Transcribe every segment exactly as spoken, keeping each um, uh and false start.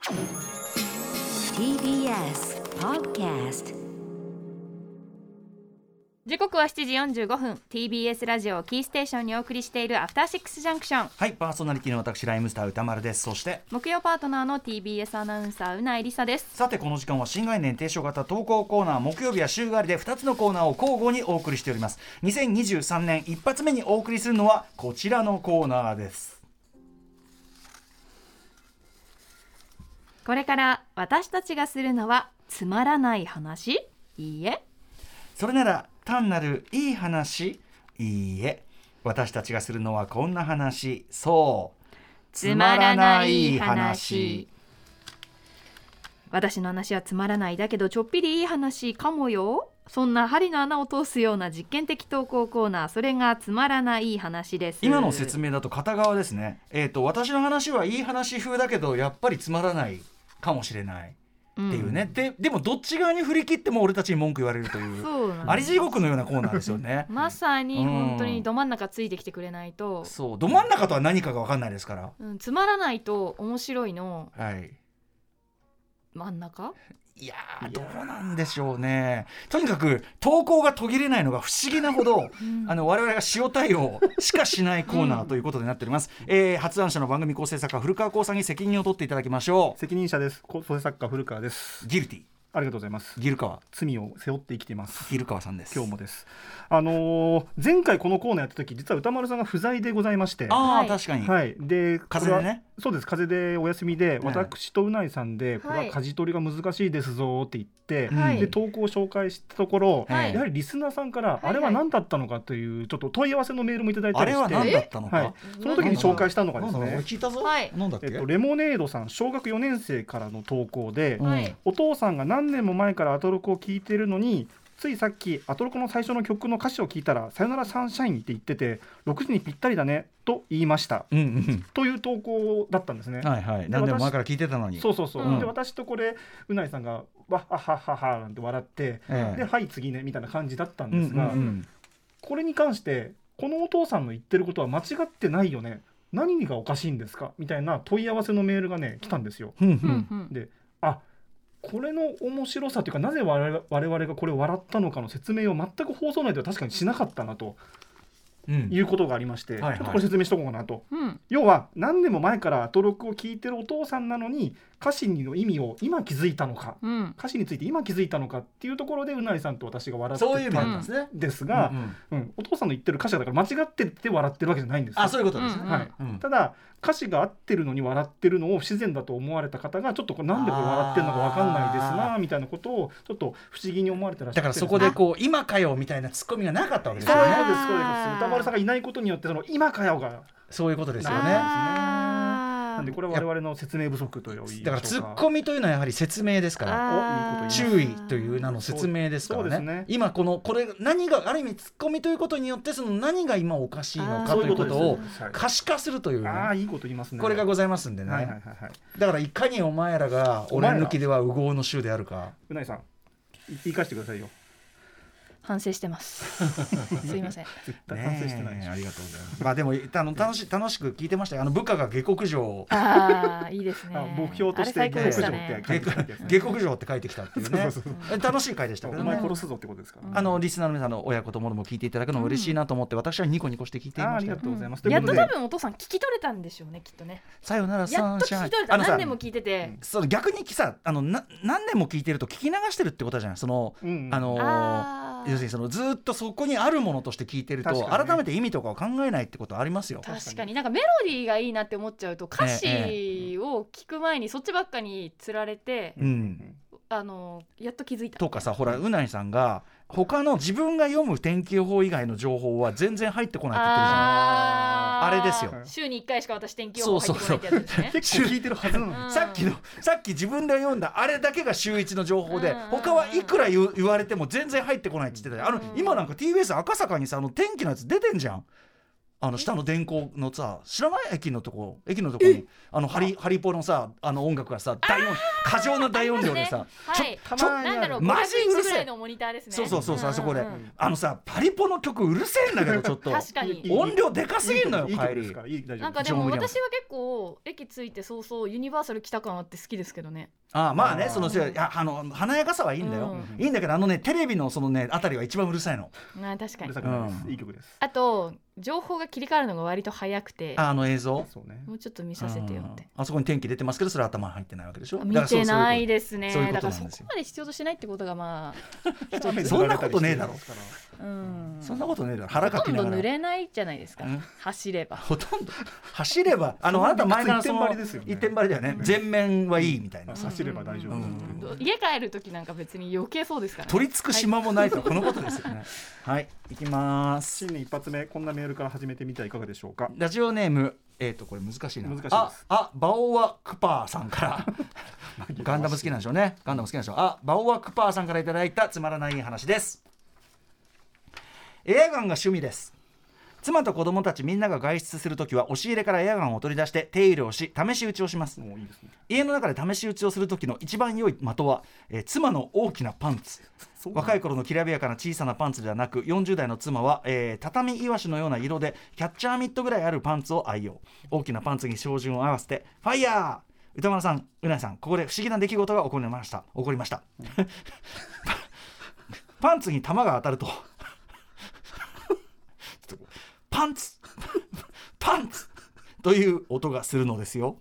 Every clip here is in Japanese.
ティービーエス Podcast。 時刻はしちじよんじゅうごふん。 ティービーエス ラジオキーステーションにお送りしているアフターシックスジャンクション。 はい、パーソナリティの私ライムスター歌丸です。そして木曜パートナーの ティービーエス アナウンサーうないりさです。 さてこの時間は新概念提唱型投稿コーナー、木曜日は週替わりでふたつのコーナーを交互にお送りしております。にせんにじゅうさんねん一発目にお送りするのはこちらのコーナーです。 これから私たちがするのはつまらない話？いいえ。 それなら単なるいい話？いいえ。私たちがするのはこんな話。そう、 つまらない話。私の話はつまらないだけどちょっぴりいい話かもよ。そんな針の穴を通すような実験的投稿コーナー、それがつまらない話です。 今の説明だと片側ですね。えーと私の話はいい話風だけどやっぱりつまらないかもしれないっていうね、うん、で, でもどっち側に振り切っても俺たちに文句言われるというあり地獄のようなコーナーですよねまさに本当にど真ん中ついてきてくれないと、 うん、そうど真ん中とは何かが分かんないですから、 うん、つまらないと面白いの、 はい、 真ん中。 いやーどうなんでしょうね。とにかく投稿が途切れないのが不思議なほど、うん、あの我々が塩対応しかしないコーナーということになっております、うんえー、発案者の番組構成作家古川光さんに責任を取っていただきましょう。 責任者です。構成作家古川です。 ギルティ。 ありがとうございます。 ギル川、 罪を背負って生きています。 ギル川さんです。 今日もです。あのー、前回このコーナーやった時実は歌丸さんが不在でございまして、 ああ、 はい、 確かに、 はい、で風邪でね。 そうです、風邪でお休みで、 はい、 私とうないさんでこれは舵取りが難しいですぞって言って、はい、で投稿を紹介したところ、はい、やはりリスナーさんから、はい、あれは何だったのかというちょっと問い合わせのメールもいただいたりして、 あれは何だったのか、はい、 その時に紹介したのがですね、 聞いたぞ、 はい、 なんだっけ、 えっと、レモネードさん小学よねん生からの投稿で、 はい、 お父さんが何年も前からアトロクを聞いてるのについさっきアトロクの最初の曲の歌詞を聞いたらさよならサンシャインって言っててろくじにぴったりだねと言いました、うんうん、という投稿だったんですね。 はいはい、何年も前から聞いてたのに。 そうそうそう、 うん、 で私とこれうないさんがわっはっはっはなんて笑って、ええ、ではい次ねみたいな感じだったんですが、うんうんうん、これに関してこのお父さんの言ってることは間違ってないよね、何がおかしいんですかみたいな問い合わせのメールがね来たんですよ、うんうん、であこれの面白さというかなぜ我々、我々がこれを笑ったのかの説明を全く放送内では確かにしなかったなと、うん、いうことがありまして、はいはい、ちょっとこれ説明しとこうかなと、うん、要は何年も前からアトロクを聞いてるお父さんなのに歌詞の意味を今気づいたのか、うん、歌詞について今気づいたのかっていうところでうなりさんと私が笑ってたんですが、うんうんうん、お父さんの言ってる歌詞だから間違ってて笑ってるわけじゃないんですよ。 あ、そういうことですね、 はいうん、ただ歌詞が合ってるのに笑ってるのを不自然だと思われた方がちょっとこれなんでこれ笑ってるのか分かんないですなみたいなことをちょっと不思議に思われてらっしゃって、 だからそこでこう今かよみたいなツッコミがなかったわけですよね。 そういうことです、そういうことです。歌丸さんがいないことによってその今かよがそういうことですよね。 なんでこれは我々の説明不足という言いだからツッコミというのはやはり説明ですから、注意という名の説明ですから ね, そうですね。今このこれ何がある意味ツッコミということによってその何が今おかしいのかということを可視化するという、ね、 あいいこと言いますね。 これがございますんでね、はいはいはいはい、だからいかにお前らが俺抜きでは右往の衆であるか。 うないさん言い返してくださいよ。 反省してますすいません絶対反省してない、 ありがとうございますまあでもあの 楽, し楽しく聞いてましたよ。あの部下が下克上、 ああいいですね目標として下克上って書いてきた、 下克上って書いてきたっていうねそうそうそう、楽しい回でしたけどね。 お前殺すぞってことですから、ね、 あのリスナーの皆さんの親子ともども聞いていただくのも嬉しいなと思って、うん、私はニコニコして聞いていました。 あ, ありがとうございます、 うん、やっと多分お父さん聞き取れたんでしょうねきっとね。 さよならサンシャインやっと聞き取れた。何年も聞いてて、 そ逆にさあのな何年も聞いてると聞き流してるってことじゃない。その、うん、あのー要するにそのずっとそこにあるものとして聞いてると、ね、改めて意味とかを考えないってことありますよ。 確かになんかメロディーがいいなって思っちゃうと歌詞を聞く前にそっちばっかにつられて、うん、あのやっと気づいたとかさ、ほらうないさんが他の自分が読む天気予報以外の情報は全然入ってこないって言ってるじゃん。あ, あれですよ。 週にいっかいしか私天気予報入ってこないってやつですね。 結構聞いてるはずなのにさっきのさっき自分で読んだあれだけが週一の情報で、他はいくら 言, 言われても全然入ってこないって言ってた。あの今なんか ティービーエス 赤坂にさあの天気のやつ出てんじゃん。 あの下の電光のさ知らない駅のとこ駅のとこにあのハリハリポのさあの音楽がさ大音過剰な大音量でさ、 はい、 ちょなんだろうマジうるせえぐらいのモニターですね。 そうそうそうそう、あそこで、 うんうんうん、 あのさパリポの曲うるせえんだけどちょっと確かに音量でかすぎるのよ。 いい帰りなんかでも私は結構駅着いてそうそうユニバーサル来た感あって好きですけどね。 ああまあねそのせいやあの華やかさはいいんだよ、うん、いいんだけどあのねテレビのそのねあたりは一番うるさいの。 あ確かに、 うん、いい曲です。 あと情報が切り替わるのが割と早くてあ, あの映像そう、ね、 もうちょっと見させてよって、 うん、あそこに天気出てますけどそれは頭に入ってないわけでしょ。 見てないですね。 そういうことだからそこまで必要としてないってことがまあそんなことねえだろ、 うん、 そんなことねえだろ。腹かきながらほとんど濡れないじゃないですか、うん、走ればほとんど走ればあのあなた前からその一点張りだよね、うん、全面はいいみたいな、うん、 走れば大丈夫、うんうん、家帰る時なんか別に余計そうですから、ね、 取り付く島もないとこのことですよね。はい行きます。 新年一発目こんなメールから始めてみてはいかがでしょうか。 ラジオネームえーとこれ難しいな。 難しいです。ああバオワクパーさんからガンダム好きなんでしょうね。ガンダム好きなんでしょう。あバオワクパーさんからいただいたつまらない話です。エアガンが趣味です。妻と子供たちみんなが外出するときは押し入れからエアガンを取り出して手入れをし試し撃ちをします。 もういいですね。 家の中で試し撃ちをするときの一番良い的は、えー、妻の大きなパンツ。若い頃のきらびやかな小さなパンツではなくよんじゅう代の妻は、えー、畳イワシのような色でキャッチャーミットぐらいあるパンツを愛用。大きなパンツに照準を合わせてファイヤー。歌丸さんうなえさんここで不思議な出来事が起こりました起こりました、うん、パンツに弾が当たるとパンツパンツという音がするのですよ。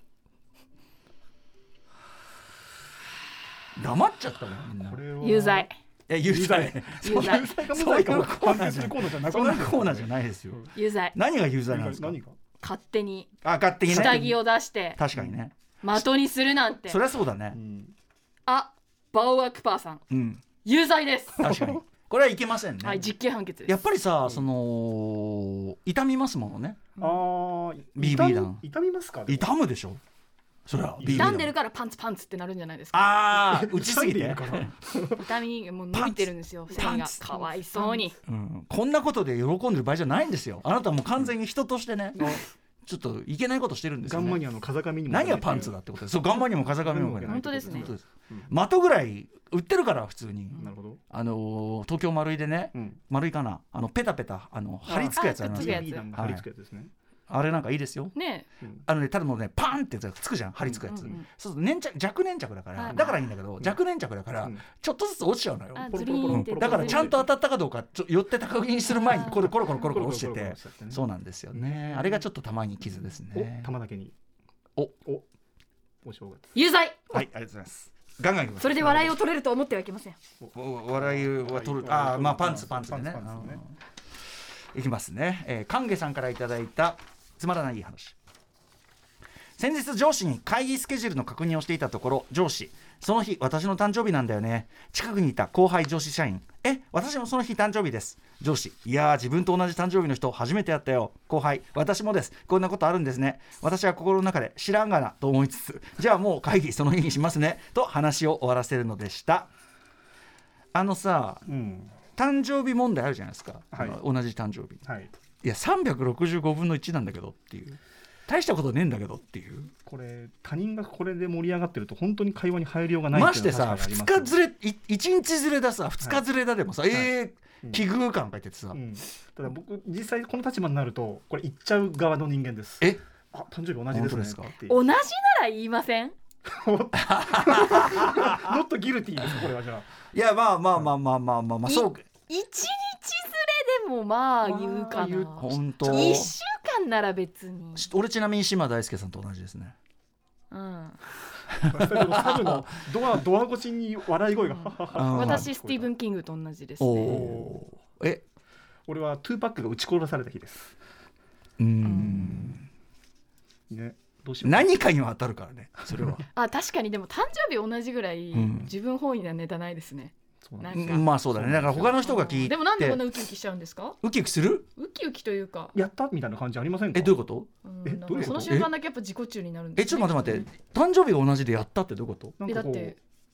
黙っちゃったもんみんな。 有罪え有罪有罪そういうコーナーじゃないそんなコーナーじゃないですよ。 有罪何が有罪なんですか。 何が勝手にあ勝手に、ね、 下着を出して確かにね的にするなんてそりゃそうだね、 うん、 あバオワクパーさん、うん、有罪です。 確かにこれはいけませんね。 はい実刑判決です。 やっぱりさ、うん、その痛みますものね。 あビービー 弾痛みますか。 痛むでしょそれは。 傷んでるからパンツパンツってなるんじゃないですか。 ああ打ちすぎて痛みもう伸びてるんですよ繊維がかわいそうに、 うん、こんなことで喜んでる場合じゃないんですよ。あなたはもう完全に人としてね、うんちょっといけないことしてるんですよね。 ガンマニアの風上にも何がパンツだってことです。そうガンマニアも風上にも本当ですね。 的ぐらい売ってるから普通に。 なるほど。 あのー、東京丸いでね、うん、丸いかなあのペタペタあの貼り付くやつありますね。貼り付くやつですね。 あれなんかいいですよ。 ね、 あのねただもうねパンってつくじゃん貼り付くやつ。うんうんうん、そうすると粘着弱粘着だから、はい、だからいいんだけど、うん、弱粘着だから、うん、ちょっとずつ落ちちゃうのよ。うん、だからちゃんと当たったかどうかちょ寄って確認する前にこれコロコロコロコロ落ちてて、そうなんですよね。あれがちょっとたまに傷ですね。 玉だけに。 おおお正月。 有罪。 はいありがとうございます。ガンガンいきます。 それで笑いを取れると思ってはいけません。 笑いは取る。ああまあパンツパンツでね。いきますね。えー、カンゲさんからいただいたつまらない話。先日上司に会議スケジュールの確認をしていたところ上司その日私の誕生日なんだよね。近くにいた後輩上司社員え私もその日誕生日です。上司いやー自分と同じ誕生日の人初めてやったよ。後輩私もですこんなことあるんですね。私は心の中で知らんがなと思いつつじゃあもう会議その日にしますねと話を終わらせるのでした。あのさ、うん、誕生日問題あるじゃないですか、はい、同じ誕生日、はい、いやさんびゃくろくじゅうごぶんのいちなんだけどっていう大したことねえんだけどっていう。 これ他人がこれで盛り上がってると本当に会話に入りようがないましてさふつかずれいちにちずれださふつかずれだでもさ、はい、えーうん、奇遇感が言っててさ、うん、 ただ僕実際この立場になるとこれ言っちゃう側の人間です。 えあ誕生日同じですねですか同じなら言いませんノットギルティーですこれはじゃあいやまあまあまあまあまあまあ、まあ、そういちにちずれでもまあ言うかな。 本当いっしゅうかんなら別に。 俺ちなみに島大輔さんと同じですね。 うんサブのドア、ドア越しに笑い声が、 うん、私スティーブン・キングと同じですね。 おえ俺はトゥーパックが撃ち殺された日です。 うーん、 ね、どうしよう何かには当たるからねそれはあ確かにでも誕生日同じぐらい、うん、自分本位なネタないですね。 なんかまあそうだね。だから他の人が聞いてでもなんでこんなウキウキしちゃうんですか。 ウキウキするウキウキというかやったみたいな感じありませんか。 えどういうこと。 えどういうこと。 その瞬間だけやっぱ自己中になるんです、ね、 えちょっと待って待って誕生日が同じでやったってどういうこと。 えだって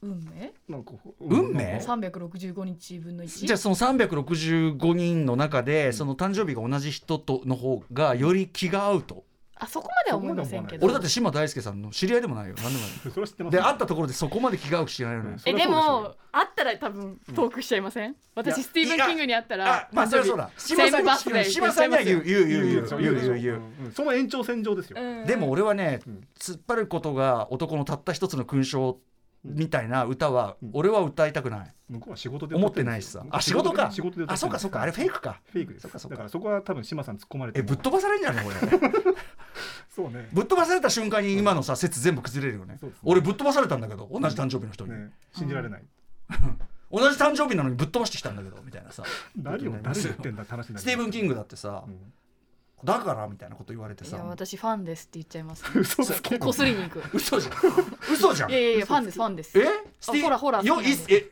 運命なんか運命さんびゃくろくじゅうごにちぶんのいち。 じゃあそのさんびゃくろくじゅうごにんの中で、うん、その誕生日が同じ人との方がより気が合うと。 あそこまでは思いませんけど。 俺だって島大輔さんの知り合いでもないよ。何でもないそれ知ってます。 で会ったところでそこまで気が合う知らないよね。 えでも会ったら多分トークしちゃいません、うん、私スティーブン・キングに会ったらまあそれはそうだ。島さんに島さんには言う言う言う言う言う言う言うその延長線上ですよ、 うん、 でも俺はね、うん、突っ張ることが男のたった一つの勲章みたいな歌は、うん、俺は歌いたくない。 向こうは仕事で思ってないしさ。あ仕事か。 仕事であそっかそっかあれフェイクか。 フェイクです。だからそこは多分島さん突っ込まれてえぶっ飛ばされんじゃねこれそうね。 ぶっ飛ばされた瞬間に今のさ説全部崩れるよね。俺ぶっ飛ばされたんだけど同じ誕生日の人に、 ね、信じられない同じ誕生日なのにぶっ飛ばしてきたんだけどみたいなさ。 何を誰言ってんだって話になる。 スティーブン・キングだってさ、うんだからみたいなこと言われてさ。 いや私ファンですって言っちゃいます、ね、 嘘つけこすりに行く。 嘘じゃん嘘じゃん。 いやいやいやファンですファンです。 えほらほらよいっえいやいや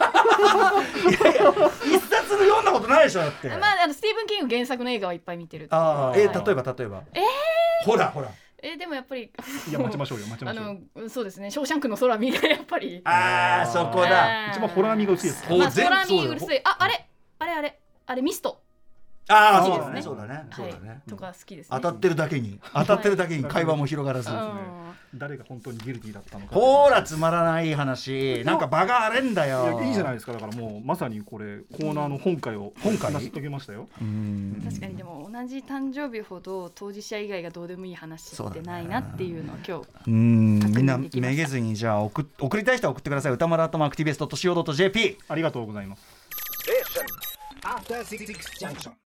一冊の読んだことないでしょだって。 まああのスティーブン・キング原作の映画はいっぱい見てる。 ああえー、例えば例えばえー、ほらほらえー、でもやっぱりいや待ちましょうよ待ちましょう。 あのそうですねショーシャンクの空見がやっぱりああそこだ。 一番ホラー味が薄いです。 まあ、空見うるさい。ああれあれあれあれミスト。 ああそうだねそうだねそうだねとか好きですね。 当たってるだけに当たってるだけに会話も広がらず、 誰が本当にギルティだったのか。 ほらつまらない話なんか場が荒れんだよ。 いいじゃないですか。だからもうまさにこれコーナーの本会を本会成し遂げましたよ。 うん確かにでも同じ誕生日ほど当事者以外がどうでもいい話ってないなっていうのを今日うんみんなめげずにじゃあ送送りたい人は送ってください。歌丸アットマーク ティービーエスドットシーオードットジェーピーありがとうございます。